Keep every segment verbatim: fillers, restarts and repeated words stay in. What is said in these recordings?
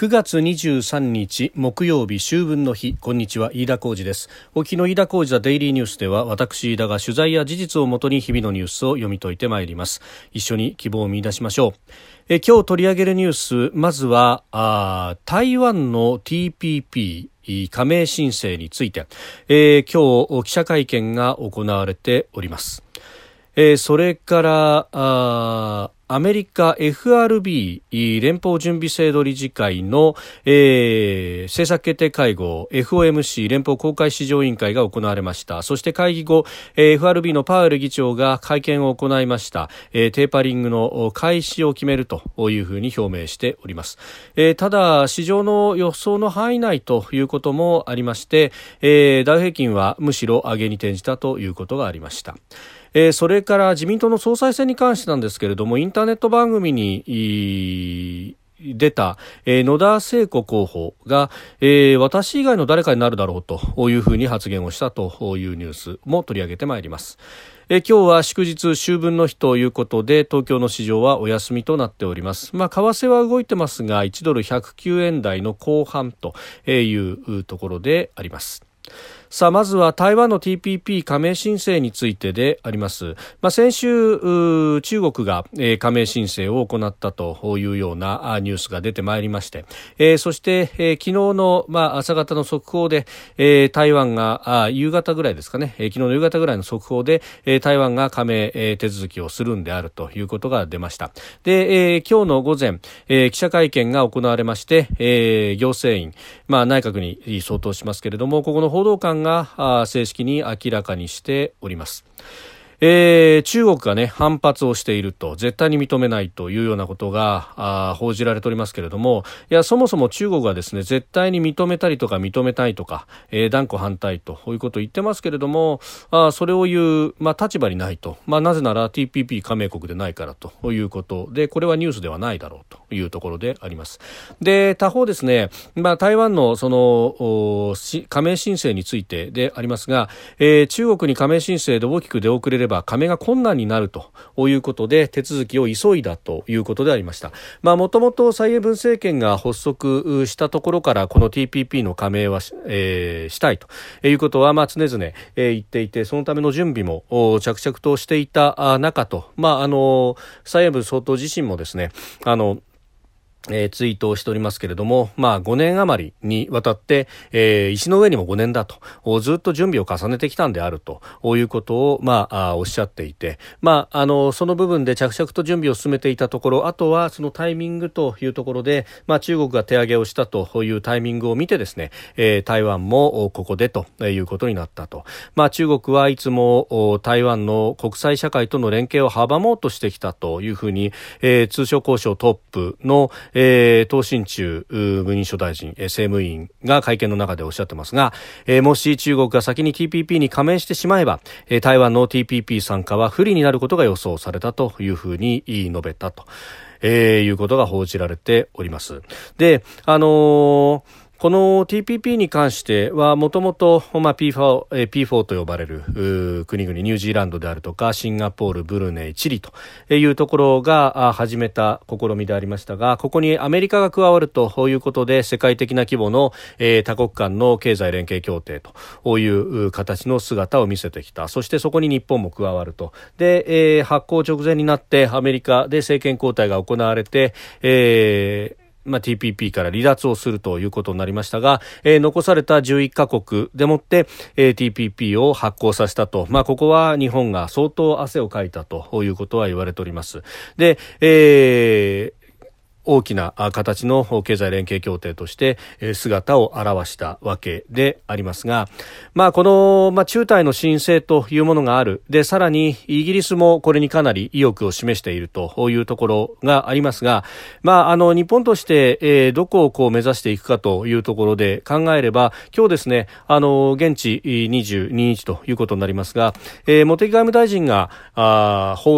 くがつにじゅうさんにち木曜日、秋分の日。こんにちは、飯田浩司です。お聞きの飯田浩司ザデイリーニュースでは、私飯田が取材や事実をもとに日々のニュースを読み解いてまいります。一緒に希望を見出しましょう。え今日取り上げるニュース、まずはあ台湾の ティーピーピー 加盟申請について、えー、今日記者会見が行われております。えー、それからあアメリカ エフアールビー 連邦準備制度理事会の、えー、政策決定会合 エフオーエムシー 連邦公開市場委員会が行われました。そして会議後、えー、エフアールビー のパウエル議長が会見を行いました。えー、テーパリングの開始を決めるというふうに表明しております。えー、ただ市場の予想の範囲内ということもありまして、えー、ダウ平均はむしろ上げに転じたということがありました。えー、それから自民党の総裁選に関してなんですけれども、インターネット番組に出た、えー、野田聖子候補が、えー、私以外の誰かになるだろうというふうに発言をしたというニュースも取り上げてまいります。えー、今日は祝日秋分の日ということで、東京の市場はお休みとなっております。まあ、為替は動いてますが、いちドルひゃくきゅうえん台の後半というところであります。さあ、まずは台湾の ティーピーピー 加盟申請についてであります。まあ、先週中国が、えー、加盟申請を行ったというようなニュースが出てまいりまして、えー、そして、えー、昨日の、まあ、朝方の速報で、えー、台湾があ夕方ぐらいですかね、えー、昨日の夕方ぐらいの速報で、えー、台湾が加盟、えー、手続きをするんであるということが出ました。で、えー、今日の午前、えー、記者会見が行われまして、えー、行政院、まあ、内閣に相当しますけれども、ここの報道官が正式に明らかにしております。えー、中国がね反発をしていると、絶対に認めないというようなことが報じられておりますけれども、いやそもそも中国がですね絶対に認めたりとか認めたいとか、えー、断固反対ということを言ってますけれども、あそれを言う、まあ、立場にないと、まあ、なぜなら ティーピーピー 加盟国でないからということで、これはニュースではないだろうというところであります。で他方ですね、まあ、台湾のその加盟申請についてでありますが、えー、中国に加盟申請で大きく出遅れれば加盟が困難になるということで手続きを急いだということでありました。まあ、もともと蔡英文政権が発足したところからこの ティーピーピー の加盟は、えー、したいということは、まあ、常々、えー、言っていて、そのための準備も着々としていた中と、まあ、あの蔡英文総統自身もですね、あのえー、ツイートをしておりますけれども、まあごねん余りにわたって、えー、石の上にもごねんだとずっと準備を重ねてきたんであるということを、まあ、あおっしゃっていて、まああのその部分で着々と準備を進めていたところ、あとはそのタイミングというところで、まあ中国が手上げをしたというタイミングを見てですね、えー、台湾もここでということになったと。まあ中国はいつも台湾の国際社会との連携を阻もうとしてきたというふうに、えー、通商交渉トップのえー、東進中文任所大臣、えー、政務委員が会見の中でおっしゃってますが、えー、もし中国が先に ティーピーピー に加盟してしまえば、えー、台湾の ティーピーピー 参加は不利になることが予想されたというふうに述べたと、えー、いうことが報じられております。で、あのーこの ティーピーピー に関してはもともと ピーフォー、ピーフォー と呼ばれる国々、ニュージーランドであるとかシンガポール、ブルネイ、チリというところが始めた試みでありましたが、ここにアメリカが加わるということで世界的な規模の多国間の経済連携協定という形の姿を見せてきた。そしてそこに日本も加わると。で、発行直前になってアメリカで政権交代が行われて、えーまあ、ティーピーピー から離脱をするということになりましたが、えー、残されたじゅういっかこくでもって、えー、ティーピーピー を発行させたと。まあ、ここは日本が相当汗をかいたということは言われております。で、えー大きな形の経済連携協定として姿を現したわけでありますが、まあ、この、まあ、中台の申請というものがある。で、さらにイギリスもこれにかなり意欲を示しているというところがありますが、まあ、あの日本として、えー、どこをこう目指していくかというところで考えれば、今日ですね、あの現地にじゅうににちということになりますが、えー、茂木外務大臣があ訪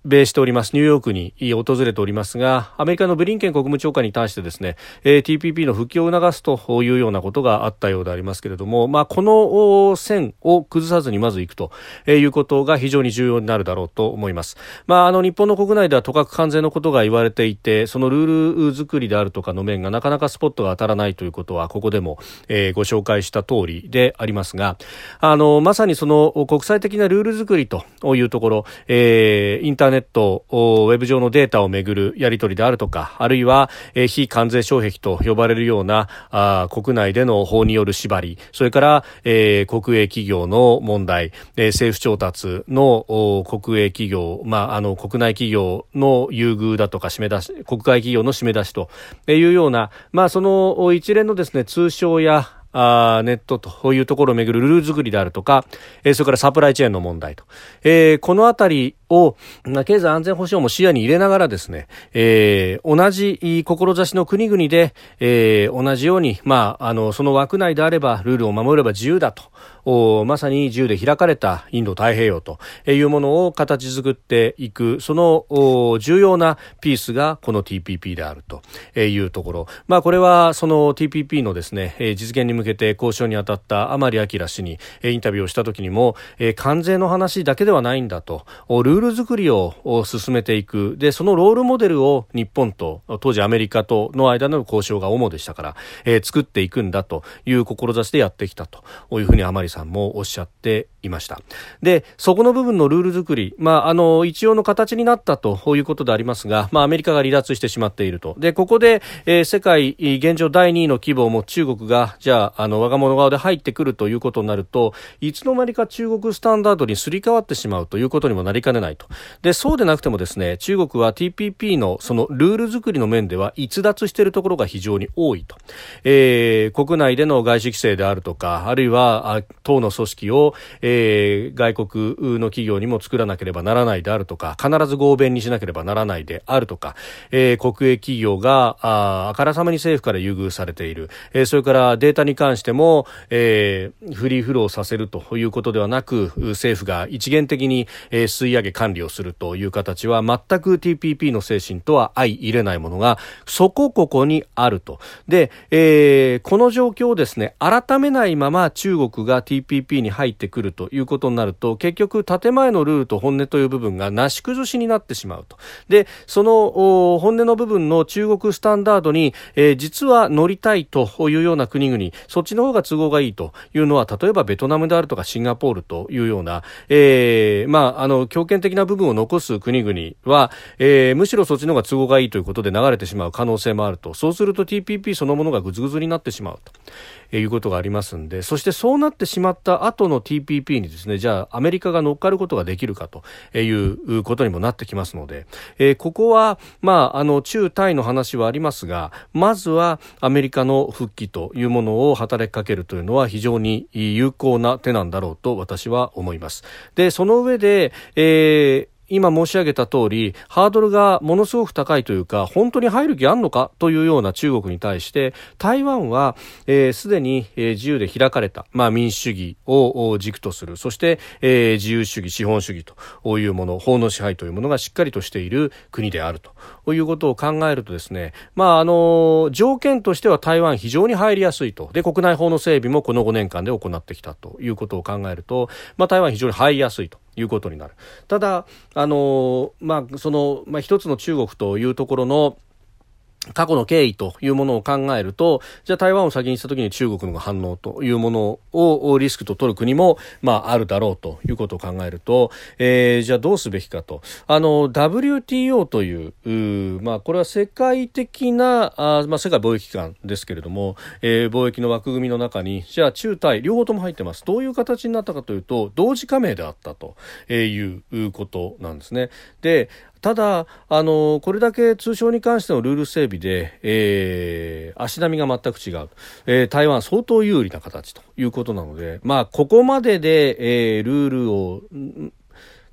米しておりますニューヨークに訪れておりますが、アメリカのブリンケン国務長官に対してですね、えー、ティーピーピー の復帰を促すというようなことがあったようでありますけれども、まあ、この線を崩さずにまずいくということが非常に重要になるだろうと思います。まあ、あの日本の国内ではとかく関税のことが言われていて、そのルール作りであるとかの面がなかなかスポットが当たらないということはここでも、えー、ご紹介した通りでありますが、あのまさにその国際的なルール作りというところ、えー、インターネットウェブ上のデータをめぐるやり取りであるとか、あるいは、えー、非関税障壁と呼ばれるようなあ国内での法による縛り、それから、えー、国営企業の問題、えー、政府調達の国営企業、まあ、あの国内企業の優遇だとか締め出し、国外企業の締め出しというような、まあ、その一連のですね、通商やあネットというところをめぐるルール作りであるとか、えー、それからサプライチェーンの問題と、えー、このあたりを、まあ、経済安全保障も視野に入れながらですね、えー、同じ志の国々で、えー、同じように、まあ、あのその枠内であればルールを守れば自由だと、まさに自由で開かれたインド太平洋というものを形作っていく、その重要なピースがこの ティーピーピー であるというところ、まあ、これはその ティーピーピー のですね、実現に向けて交渉に当たった甘利明氏にインタビューをした時にも、関税の話だけではないんだと、ルール作りを進めていく、でそのロールモデルを日本と当時アメリカとの間の交渉が主でしたから、えー、作っていくんだという志でやってきたというふうに甘利さんもおっしゃっていました。でそこの部分のルール作り、まあ、あの一応の形になったということでありますが、まあ、アメリカが離脱してしまっていると。でここで、えー、世界現状だいにいの規模を持つ中国がじゃあ、あの若者側で入ってくるということになると、いつの間にか中国スタンダードにすり替わってしまうということにもなりかねないと。でそうでなくてもですね、中国は ティーピーピー のそのルール作りの面では逸脱しているところが非常に多いと、えー、国内での外資規制であるとか、あるいは党の組織を、えー、外国の企業にも作らなければならないであるとか、必ず合弁にしなければならないであるとか、えー、国営企業が あ, あからさまに政府から優遇されている、えー、それからデータに関しても、えー、フリーフローさせるということではなく、政府が一元的に、えー、吸い上げ管理をするという形は全く ティーピーピー の精神とは相入れないものがそこここにあると。で、えー、この状況をですね、改めないまま中国が ティーピーピー に入ってくるということになると、結局建前のルールと本音という部分がなし崩しになってしまうと。でその本音の部分の中国スタンダードに、えー、実は乗りたいというような国々、そっちの方が都合がいいというのは、例えばベトナムであるとかシンガポールというような、えー、まああの強権的な部分を残す国々は、えー、むしろそっちの方が都合がいいということで流れてしまう可能性もあると。そうすると ティーピーピー そのものがぐずぐずになってしまうということがありますんで、そしてそうなってしまった後の ティーピーピー にですね、じゃあアメリカが乗っかることができるかということにもなってきますので、えー、ここは、まあ、あの中台の話はありますが、まずはアメリカの復帰というものを働きかけるというのは非常に有効な手なんだろうと私は思います。でその上で、えー今申し上げた通り、ハードルがものすごく高いというか、本当に入る気あんのかというような中国に対して、台湾はすで、えー、に、えー、自由で開かれた、まあ、民主主義を軸とする、そして、えー、自由主義、資本主義というもの、法の支配というものがしっかりとしている国であるということを考えるとですね、まああの条件としては台湾非常に入りやすいと。で国内法の整備もこのごねんかんで行ってきたということを考えると、まあ、台湾非常に入りやすいということになる。ただあの、まあそのまあ、一つの中国というところの過去の経緯というものを考えると、じゃあ台湾を先にした時に中国の反応というものをリスクと取る国も、まあ、あるだろうということを考えると、えー、じゃあどうすべきかと。あの ダブリューティーオー という、うまあ、これは世界的なあ、まあ、世界貿易機関ですけれども、えー、貿易の枠組みの中にじゃあ中台両方とも入ってます。どういう形になったかというと、同時加盟であったということなんですね。でただあのこれだけ通商に関してのルール整備で、えー、足並みが全く違う、えー、台湾相当有利な形ということなので、まあ、ここまでで、えー、ルールを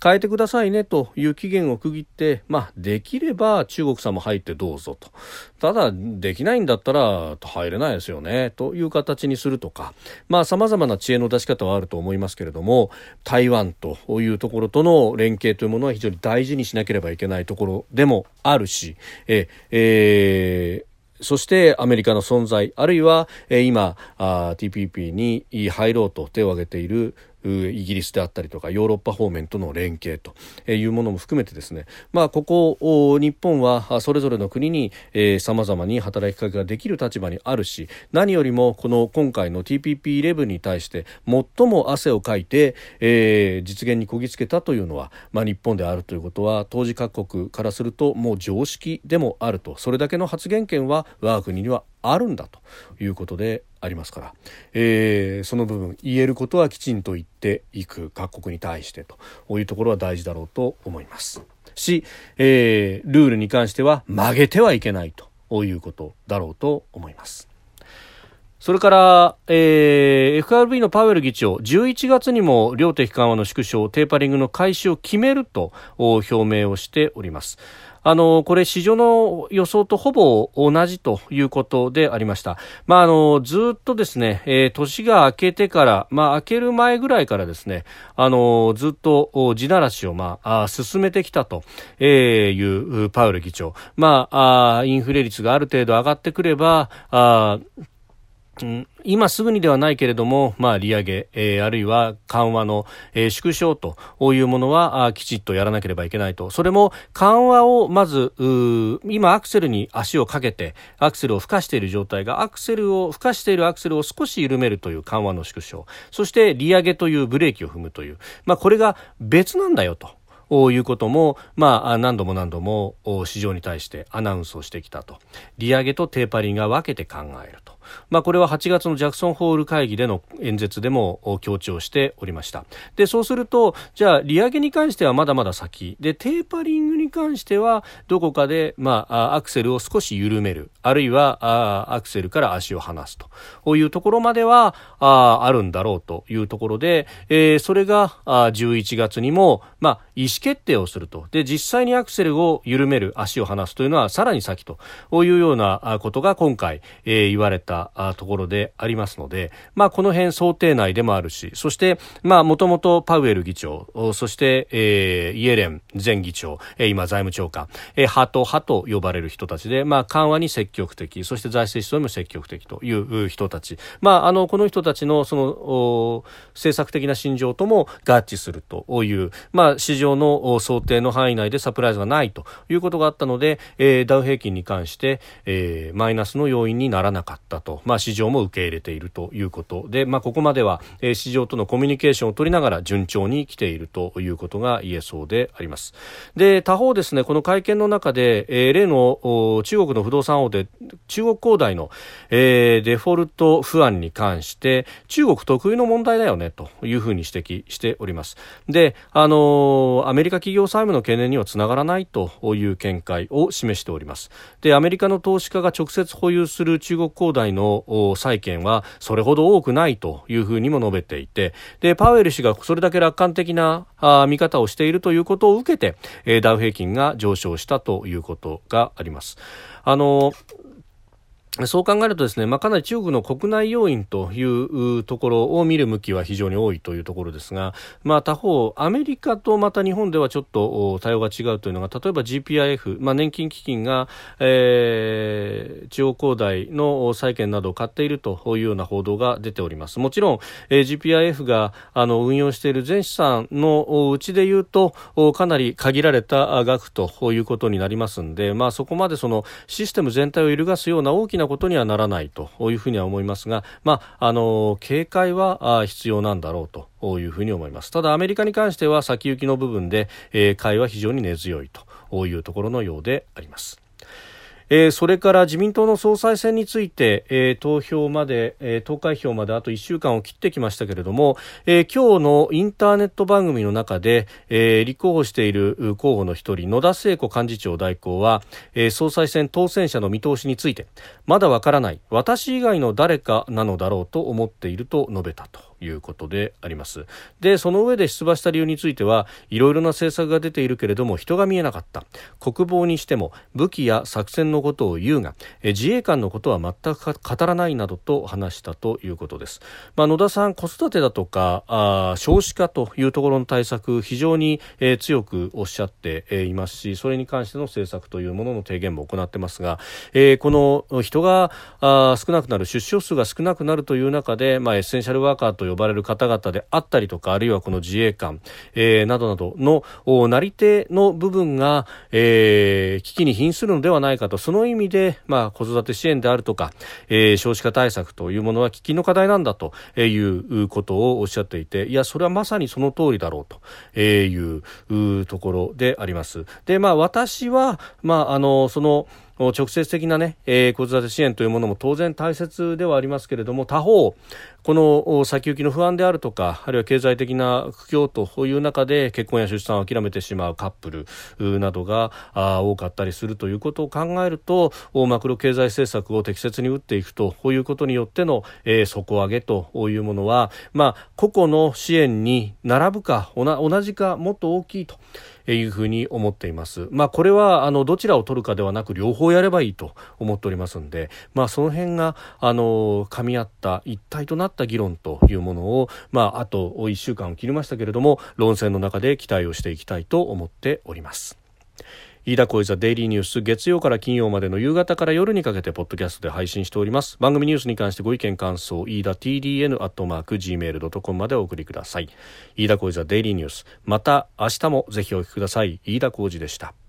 変えてくださいねという期限を区切って、まあ、できれば中国産も入ってどうぞと、ただできないんだったら入れないですよねという形にするとか、まあ様々な知恵の出し方はあると思いますけれども、台湾というところとの連携というものは非常に大事にしなければいけないところでもあるし、ええーそしてアメリカの存在、あるいは、えー、今あ ティーピーピー に入ろうと手を挙げているイギリスであったりとかヨーロッパ方面との連携というものも含めてですね、まあ、ここ日本はそれぞれの国にさまざまに働きかけができる立場にあるし、何よりもこの今回の ティーピーピーイレブン に対して最も汗をかいて、えー、実現にこぎつけたというのは、まあ、日本であるということは当事各国からするともう常識でもあると、それだけの発言権は我が国にはあるんだということでありますから、えー、その部分言えることはきちんと言っていく各国に対してというところは大事だろうと思いますし、えー、ルールに関しては曲げてはいけないということだろうと思います。それから、えー、エフアールビー のパウエル議長、じゅういちがつにも量的緩和の縮小、テーパリングの開始を決めると表明をしております。あのこれ市場の予想とほぼ同じということでありました。まあ、あのずっとですね、えー、年が明けてから、まあ、明ける前ぐらいからですね、あのずっと地ならしを、まあ、進めてきたというパウエル議長、まあ、あインフレ率がある程度上がってくれば、あうん、今すぐにではないけれども、まあ、利上げ、えー、あるいは緩和の、えー、縮小というものはあきちっとやらなければいけないと。それも緩和をまず今アクセルに足をかけてアクセルを吹かしている状態が、アクセルを吹かしているアクセルを少し緩めるという緩和の縮小、そして利上げというブレーキを踏むという、まあ、これが別なんだよということも、まあ、何度も何度も市場に対してアナウンスをしてきたと。利上げとテーパリングが分けて考えると。まあ、これははちがつのジャクソンホール会議での演説でも強調しておりました。で、そうすると、じゃあ利上げに関してはまだまだ先で、テーパリングに関してはどこかで、まあ、アクセルを少し緩める、あるいはアクセルから足を離すというところまでは あ, あるんだろうというところで、えー、それがじゅういちがつにも、まあ、意思決定をすると。で、実際にアクセルを緩める、足を離すというのはさらに先というようなことが今回、えー、言われたところでありますので、まあ、この辺想定内でもあるし、そしてまあもともとパウエル議長、そして、えー、イエレン前議長、えー、今財務長官、えー、ハト派と呼ばれる人たちで、まあ、緩和に積極的、そして財政出動にも積極的という人たち、まあ、あのこの人たちのその政策的な心情とも合致するという、まあ、市場の想定の範囲内でサプライズがないということがあったので、えー、ダウ平均に関して、えー、マイナスの要因にならなかったと、まあ、市場も受け入れているということで、まあ、ここまでは、えー、市場とのコミュニケーションを取りながら順調に来ているということが言えそうであります。で、他方ですね、この会見の中で、えー、例の中国の不動産大手中国恒大の、えー、デフォルト不安に関して中国特有の問題だよねというふうに指摘しております。で、あのー、アメリカ企業債務の懸念にはつながらないという見解を示しております。で、アメリカの投資家が直接保有する中国恒大の債券はそれほど多くないというふうにも述べていて、で、パウエル氏がそれだけ楽観的なあ見方をしているということを受けて、えー、ダウ平均が上昇したということがあります。あのーそう考えるとですね、まあ、かなり中国の国内要因というところを見る向きは非常に多いというところですが、まあ、他方アメリカとまた日本ではちょっと対応が違うというのが、例えば ジーピーアイエフ、まあ、年金基金が、えー、中央恒大の債券などを買っているというような報道が出ております。もちろん、えー、ジーピーアイエフ があの運用している全資産のうちでいうとかなり限られた額ということになりますので、まあ、そこまでそのシステム全体を揺るがすような大きなことにはならないというふうには思いますが、まあ、あの警戒は必要なんだろうというふうに思います。ただアメリカに関しては先行きの部分で、えー、買いは非常に根強いというところのようであります。えー、それから自民党の総裁選について、えー、投票まで、えー、投開票まであといっしゅうかんを切ってきましたけれども、えー、今日のインターネット番組の中で、えー、立候補している候補の一人野田聖子幹事長代行は、えー、総裁選当選者の見通しについてまだわからない、私以外の誰かなのだろうと思っていると述べたということであります。でその上で出馬した理由については、いろいろな政策が出ているけれども人が見えなかった、国防にしても武器や作戦のことを言うが自衛官のことは全く語らないなどと話したということです。まあ、野田さん、子育てだとかあ少子化というところの対策非常に、えー、強くおっしゃって、えー、いますし、それに関しての政策というものの提言も行ってますが、えー、この人があ少なくなる、出生数が少なくなるという中で、まあ、エッセンシャルワーカーと呼ばれる方々であったりとか、あるいはこの自衛官、えー、などなどのなり手の部分が、えー、危機に瀕するのではないかと、その意味で、まあ、子育て支援であるとか、えー、少子化対策というものは喫緊の課題なんだということをおっしゃっていて、いやそれはまさにその通りだろうというところであります。で、まあ、私は、まあ、あのその直接的な、ねえー、子育て支援というものも当然大切ではありますけれども、他方この先行きの不安であるとか、あるいは経済的な苦境という中で結婚や出産を諦めてしまうカップルなどが多かったりするということを考えると、マクロ経済政策を適切に打っていくということによっての、えー、底上げというものは、まあ、個々の支援に並ぶか同じかもっと大きいというふうに思っています。まあ、これはあのどちらを取るかではなく両方やればいいと思っておりますので、まあ、その辺があの噛み合った一体となった議論というものを、まあ、あといっしゅうかんを切りましたけれども、論戦の中で期待をしていきたいと思っております。飯田浩司ザデイリーニュース、月曜から金曜までの夕方から夜にかけてポッドキャストで配信しております。番組ニュースに関してご意見感想、飯田 ティーディーエヌ アットマーク ジーメール ドットコム までお送りください。飯田浩司ザデイリーニュース、また明日もぜひお聞きください。飯田浩司でした。